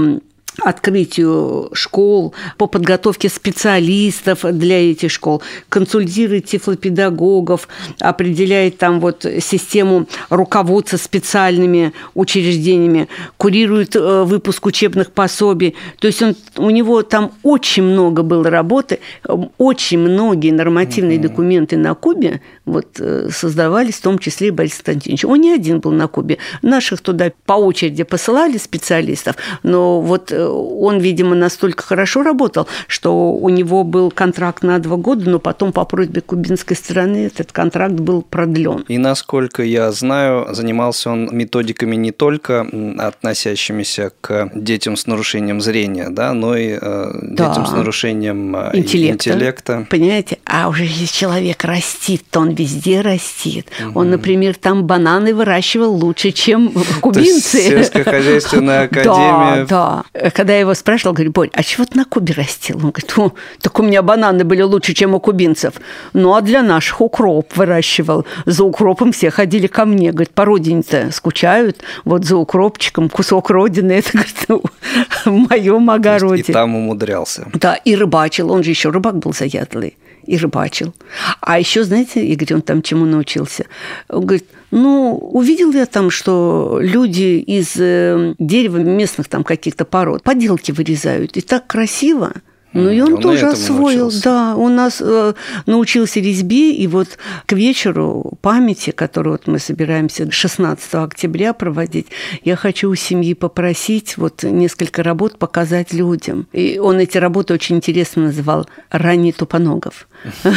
Speaker 3: открытию школ, по подготовке специалистов для этих школ, консультирует тифлопедагогов, определяет там вот систему руководства специальными учреждениями, курирует выпуск учебных пособий. То есть он, у него там очень много было работы, очень многие нормативные mm-hmm. документы на Кубе вот, создавались, в том числе и Борис Константинович. Он не один был на Кубе. Наших туда по очереди посылали специалистов, но вот он, видимо, настолько хорошо работал, что у него был контракт на два года, но потом по просьбе кубинской стороны этот контракт был продлен.
Speaker 2: И, насколько я знаю, занимался он методиками не только относящимися к детям с нарушением зрения, да, но и э, да. детям с нарушением интеллекта. интеллекта.
Speaker 3: Понимаете? А уже если человек растит, то он везде растит. Угу. Он, например, там бананы выращивал лучше, чем кубинцы.
Speaker 2: Сельскохозяйственная академия.
Speaker 3: Да, да. Когда я его спрашивала, говорю, Борь, а чего ты на Кубе растил? Он говорит, о, так у меня бананы были лучше, чем у кубинцев. Ну, а для наших укроп выращивал. За укропом все ходили ко мне. Говорит, по родине-то скучают. Вот за укропчиком кусок родины. Это, говорит, ну, в моем огороде.
Speaker 2: И там умудрялся.
Speaker 3: Да, и рыбачил. Он же еще рыбак был заядлый. И рыбачил. А еще, знаете, Игорь, он там чему научился? Он говорит, ну, увидел я там, что люди из дерева местных там каких-то пород поделки вырезают. И так красиво. Ну, и он, он тоже освоил, научился. Да, он нас э, научился резьбе, и вот к вечеру памяти, которую вот мы собираемся шестнадцатого октября проводить, я хочу у семьи попросить вот несколько работ показать людям. И он эти работы очень интересно называл «Ранний Тупоногов».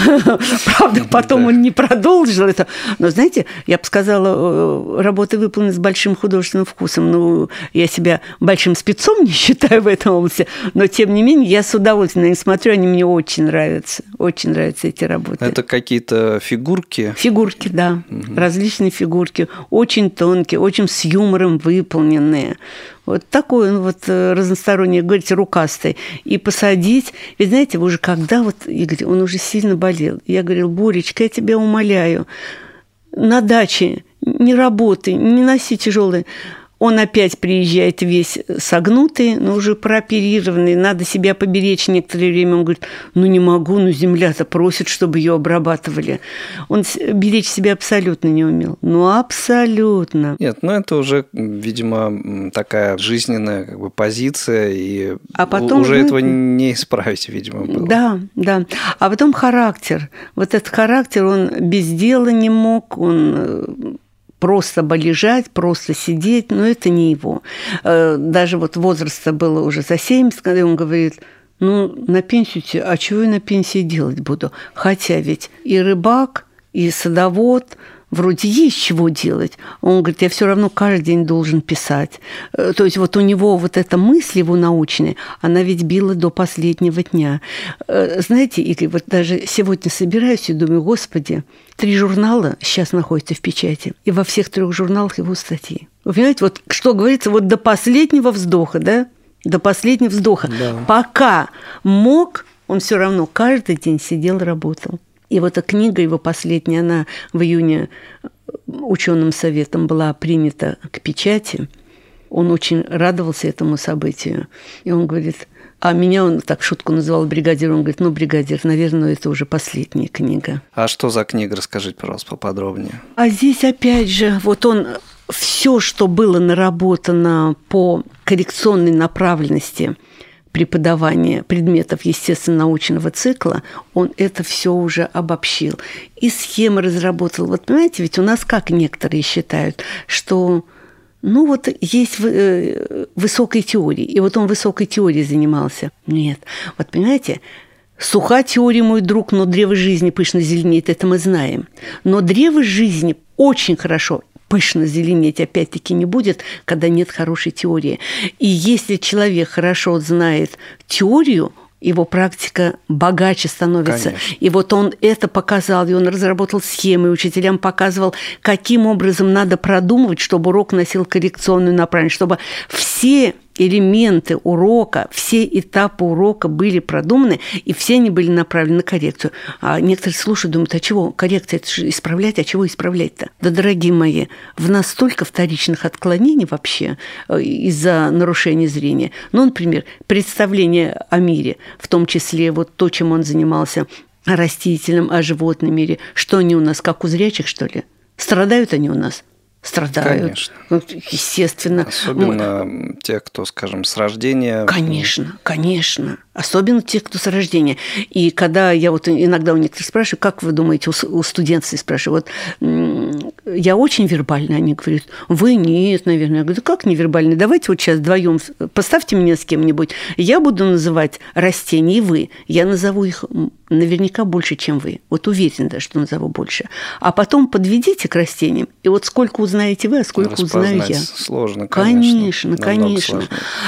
Speaker 3: Правда, потом он не продолжил это. Но, знаете, я бы сказала, работы выполнены с большим художественным вкусом. Ну, я себя большим спецом не считаю в этом области, но, тем не менее, я с удовольствием удовольствием на них смотрю, они мне очень нравятся. Очень нравятся эти работы.
Speaker 2: Это какие-то фигурки?
Speaker 3: Фигурки, да. Угу. Различные фигурки. Очень тонкие, очень с юмором выполненные. Вот такой он вот разносторонний, говорите, рукастый. И посадить... Ведь знаете, вы уже когда вот... Игорь, он уже сильно болел. Я говорил: Боречка, я тебя умоляю, на даче не работай, не носи тяжелые... Он опять приезжает весь согнутый, но уже прооперированный, надо себя поберечь некоторое время. Он говорит: ну не могу, ну земля-то просит, чтобы ее обрабатывали. Он беречь себя абсолютно не умел. Ну абсолютно.
Speaker 2: Нет, ну это уже, видимо, такая жизненная как бы позиция, и а потом, уже ну, этого не исправить, видимо, было.
Speaker 3: Да, да. А потом характер. Вот этот характер, он без дела не мог, он... Просто бы лежать, просто сидеть, но это не его. Даже вот возраста было уже за семьдесят, когда он говорит: ну, на пенсию, а чего я на пенсии делать буду? Хотя ведь и рыбак, и садовод, вроде есть чего делать. Он говорит: я все равно каждый день должен писать. То есть вот у него вот эта мысль его научная, она ведь била до последнего дня. Знаете, Игорь, вот даже сегодня собираюсь и думаю: Господи, три журнала сейчас находятся в печати, и во всех трех журналах его статьи. Вы понимаете, вот что говорится, вот до последнего вздоха, да? До последнего вздоха. Да. Пока мог, он все равно каждый день сидел, работал. И вот эта книга его последняя, она в июне ученым советом была принята к печати. Он очень радовался этому событию. И он говорит... А меня он так шутку называл бригадир. Он говорит: ну, бригадир, наверное, это уже последняя книга.
Speaker 2: А что за книга? Расскажите, пожалуйста, поподробнее.
Speaker 3: А здесь опять же, вот он... Все, что было наработано по коррекционной направленности преподавания предметов естественно-научного цикла, он это все уже обобщил. И схемы разработал. Вот понимаете, ведь у нас как некоторые считают, что... Ну, вот есть высокой теории, и вот он высокой теорией занимался. Нет, вот понимаете, суха теория, мой друг, но древо жизни пышно зеленеет, это мы знаем. Но древо жизни очень хорошо пышно зеленеть опять-таки не будет, когда нет хорошей теории. И если человек хорошо знает теорию, его практика богаче становится. Конечно. И вот он это показал, и он разработал схемы, учителям показывал, каким образом надо продумывать, чтобы урок носил коррекционную направленность, чтобы все элементы урока, все этапы урока были продуманы, и все они были направлены на коррекцию. А некоторые слушают, думают: а чего коррекция? Это же исправлять, а чего исправлять-то? Да, дорогие мои, в нас столько вторичных отклонений вообще из-за нарушения зрения. Ну, например, представление о мире, в том числе вот то, чем он занимался, о растительном, о животном мире. Что они у нас, как у зрячих, что ли? Страдают они у нас? Страдают.
Speaker 2: Конечно.
Speaker 3: Ну, естественно.
Speaker 2: Особенно Мы... те, кто, скажем, с рождения.
Speaker 3: Конечно, конечно. Особенно те, кто с рождения. И когда я вот иногда у некоторых спрашиваю: как вы думаете, у студентов спрашиваю, вот я очень вербальная, они говорят: вы нет, наверное. Я говорю: да как невербальный? Давайте вот сейчас вдвоем поставьте меня с кем-нибудь, я буду называть растения, и вы. Я назову их наверняка больше, чем вы. Вот уверена, да, что назову больше. А потом подведите к растениям, и вот сколько узнаете вы, а сколько узнаю я.
Speaker 2: Сложно, конечно.
Speaker 3: Конечно, конечно.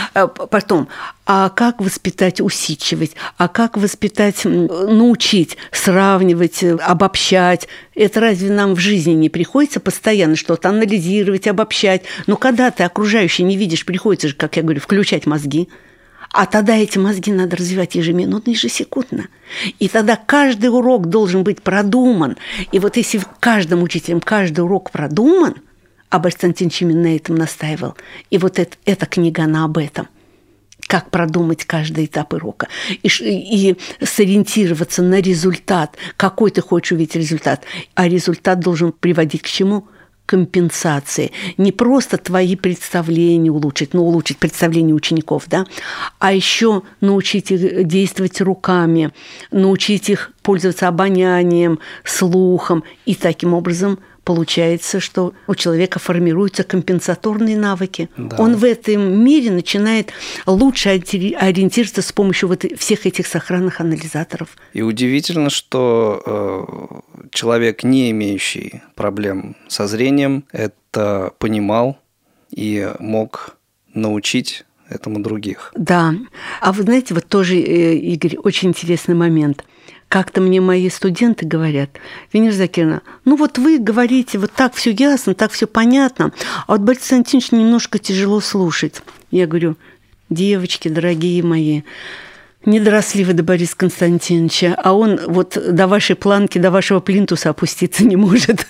Speaker 3: Потом, а как воспитать, усидчивость, а как воспитать, научить, сравнивать, обобщать? Это разве нам в жизни не приходится постоянно что-то анализировать, обобщать? Но когда ты окружающее не видишь, приходится же, как я говорю, включать мозги. А тогда эти мозги надо развивать ежеминутно, ежесекундно. И тогда каждый урок должен быть продуман. И вот если каждым учителем каждый урок продуман, а Борис Константинович именно на этом настаивал, и вот это, эта книга, она об этом. Как продумать каждый этап урока. И, и сориентироваться на результат. Какой ты хочешь увидеть результат. А результат должен приводить к чему? Компенсации. Не просто твои представления улучшить, но улучшить представления учеников, да, а еще научить их действовать руками, научить их пользоваться обонянием, слухом. И таким образом получается, что у человека формируются компенсаторные навыки. Да. Он в этом мире начинает лучше ориентироваться с помощью вот всех этих сохранных анализаторов.
Speaker 2: И удивительно, что э, человек, не имеющий проблем со зрением, это понимал и мог научить этому других.
Speaker 3: Да. А вы знаете, вот тоже, Игорь, очень интересный момент. Как-то мне мои студенты говорят: Венера Закировна, ну вот вы говорите, вот так все ясно, так все понятно, а вот Борис Константинович немножко тяжело слушать. Я говорю: девочки, дорогие мои, не доросли вы до Бориса Константиновича, а он вот до вашей планки, до вашего плинтуса опуститься не может.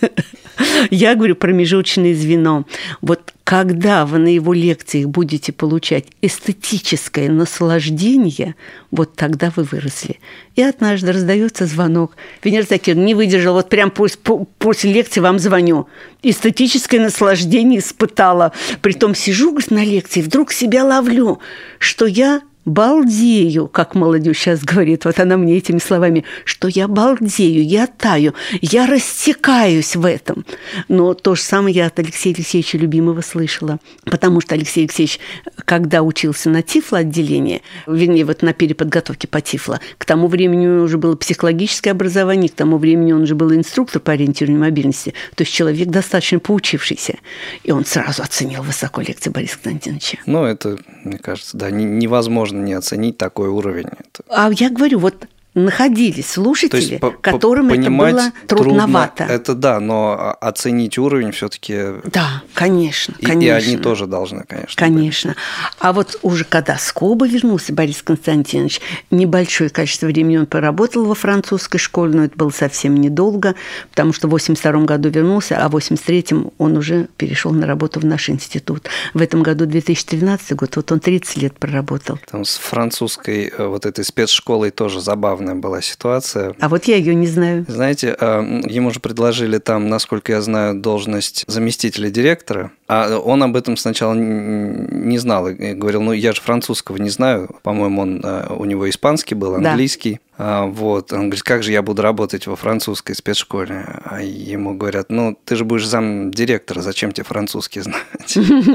Speaker 3: Я говорю, промежуточное звено. Вот когда вы на его лекциях будете получать эстетическое наслаждение, вот тогда вы выросли. И однажды раздается звонок. Венера Закировна, не выдержала, вот прям после, после лекции вам звоню. Эстетическое наслаждение испытала. Притом сижу на лекции, вдруг себя ловлю, что я балдею, как молодежь сейчас говорит, вот она мне этими словами, что я балдею, я таю, я растекаюсь в этом. Но то же самое я от Алексея Алексеевича Любимого слышала, потому что Алексей Алексеевич, когда учился на тифло-отделении, вернее, вот на переподготовке по тифло, к тому времени у него уже было психологическое образование, к тому времени он уже был инструктор по ориентированию мобильности, то есть человек достаточно поучившийся, и он сразу оценил высоко лекции Бориса Константиновича.
Speaker 2: Ну, это, мне кажется, да, невозможно не оценить такой уровень.
Speaker 3: А я говорю, вот находились слушатели, которым это было трудновато.
Speaker 2: Трудно, это да, но оценить уровень все-таки.
Speaker 3: Да, конечно,
Speaker 2: и,
Speaker 3: конечно.
Speaker 2: И они тоже должны, конечно.
Speaker 3: Конечно. Быть. А вот уже когда с Кубы вернулся Борис Константинович, небольшое количество времени он поработал во французской школе, но это было совсем недолго, потому что в восемьдесят втором году вернулся, а в восемьдесят третьем он уже перешел на работу в наш институт. В этом году две тысячи тринадцатый год, вот он тридцать лет проработал.
Speaker 2: Там с французской вот этой спецшколой тоже забавно была ситуация.
Speaker 3: А вот я ее не знаю.
Speaker 2: Знаете, ему же предложили там, насколько я знаю, должность заместителя директора, а он об этом сначала не знал и говорил, ну я же французского не знаю, по-моему, он, у него испанский был, английский. Да. Вот. Он говорит, как же я буду работать во французской спецшколе? А ему говорят, ну ты же будешь замдиректора, зачем тебе французский знать?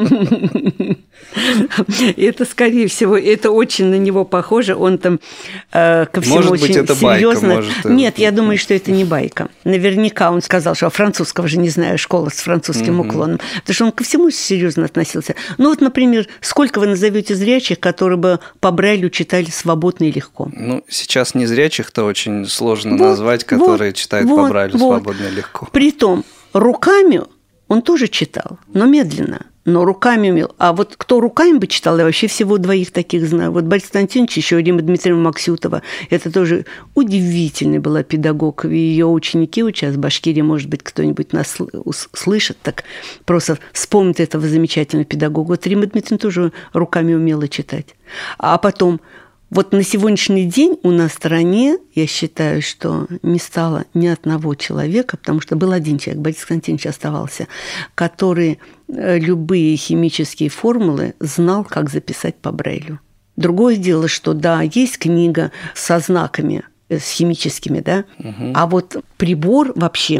Speaker 3: Это, скорее всего, это очень на него похоже. Он там э, ко всему
Speaker 2: может
Speaker 3: очень
Speaker 2: быть, это
Speaker 3: серьезно.
Speaker 2: Байка, может...
Speaker 3: Нет, я думаю, что это не байка. Наверняка он сказал, что французского же не знаю, школа с французским угу. уклоном. Потому что он ко всему серьезно относился. Ну вот, например, сколько вы назовете зрячих, которые бы по Брайлю читали свободно и легко?
Speaker 2: Ну, сейчас незрячих-то очень сложно
Speaker 3: вот,
Speaker 2: назвать, которые
Speaker 3: вот,
Speaker 2: читают
Speaker 3: вот,
Speaker 2: по Брайлю
Speaker 3: вот.
Speaker 2: свободно и легко.
Speaker 3: Притом руками он тоже читал, но медленно. Но руками умел. А вот кто руками бы читал, я вообще всего двоих таких знаю. Вот Борис Константинович, еще Рима Дмитриевна Максютова. Это тоже удивительный была педагог. Ее ученики вот сейчас в Башкирии, может быть, кто-нибудь нас слышит, так просто вспомнит этого замечательного педагога. Вот Рима Дмитриевна тоже руками умела читать. А потом... Вот на сегодняшний день у нас в стране, я считаю, что не стало ни одного человека, потому что был один человек, Борис Константинович оставался, который любые химические формулы знал, как записать по Брайлю. Другое дело, что да, есть книга со знаками, с химическими, да, угу. а вот прибор вообще...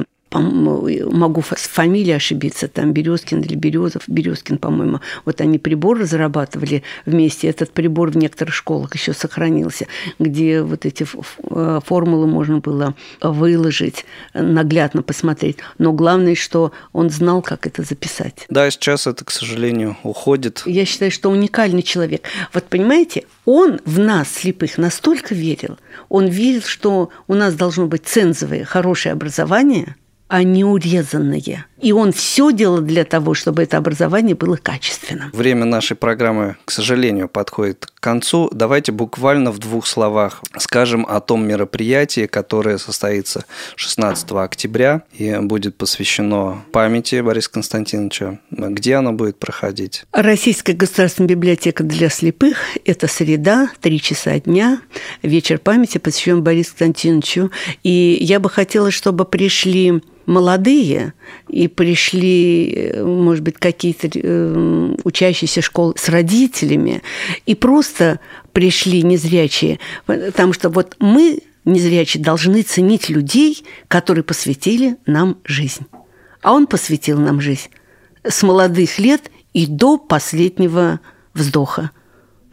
Speaker 3: Могу с фамилией ошибиться, там Березкин или Березов, Березкин, по-моему, вот они прибор разрабатывали вместе. Этот прибор в некоторых школах еще сохранился, где вот эти формулы можно было выложить, наглядно посмотреть. Но главное, что он знал, как это записать.
Speaker 2: Да, сейчас это, к сожалению, уходит.
Speaker 3: Я считаю, что уникальный человек. Вот понимаете, он в нас, слепых, настолько верил. Он верил, что у нас должно быть цензовое, хорошее образование, а не урезанные. И он все делал для того, чтобы это образование было качественным.
Speaker 2: Время нашей программы, к сожалению, подходит к концу. Давайте буквально в двух словах скажем о том мероприятии, которое состоится шестнадцатого октября и будет посвящено памяти Бориса Константиновича. Где оно будет проходить?
Speaker 3: Российская государственная библиотека для слепых. Это среда, три часа дня. Вечер памяти посвящен Борису Константиновичу. И я бы хотела, чтобы пришли молодые и пришли, может быть, какие-то учащиеся школ с родителями, и просто пришли незрячие, потому что вот мы, незрячие, должны ценить людей, которые посвятили нам жизнь. А он посвятил нам жизнь с молодых лет и до последнего вздоха.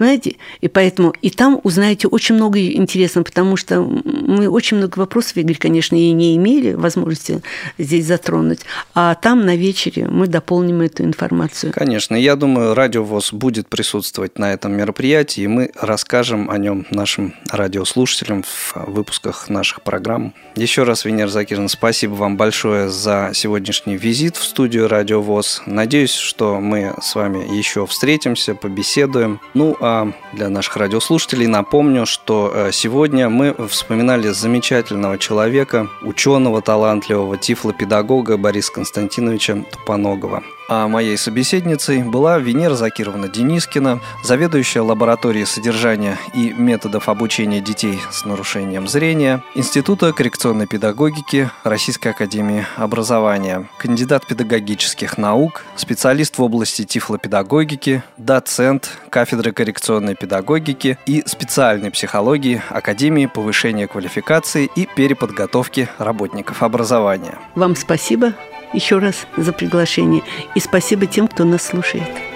Speaker 3: Понимаете? И поэтому и там узнаете очень много интересного, потому что мы очень много вопросов, Игорь, конечно, и не имели возможности здесь затронуть, а там на вечере мы дополним эту информацию.
Speaker 2: Конечно, я думаю, Радио ВОС будет присутствовать на этом мероприятии, и мы расскажем о нем нашим радиослушателям в выпусках наших программ. Еще раз, Венера Закировна, спасибо вам большое за сегодняшний визит в студию Радио ВОС. Надеюсь, что мы с вами еще встретимся, побеседуем. Ну, а для наших радиослушателей напомню, что сегодня мы вспоминали замечательного человека, ученого, талантливого тифлопедагога Бориса Константиновича Тупоногова. А моей собеседницей была Венера Закировна Денискина, заведующая лабораторией содержания и методов обучения детей с нарушением зрения Института коррекционной педагогики Российской академии образования, кандидат педагогических наук, специалист в области тифлопедагогики, доцент кафедры коррекционной педагогики и специальной психологии Академии повышения квалификации и переподготовки работников образования.
Speaker 3: Вам спасибо еще раз за приглашение. И спасибо тем, кто нас слушает.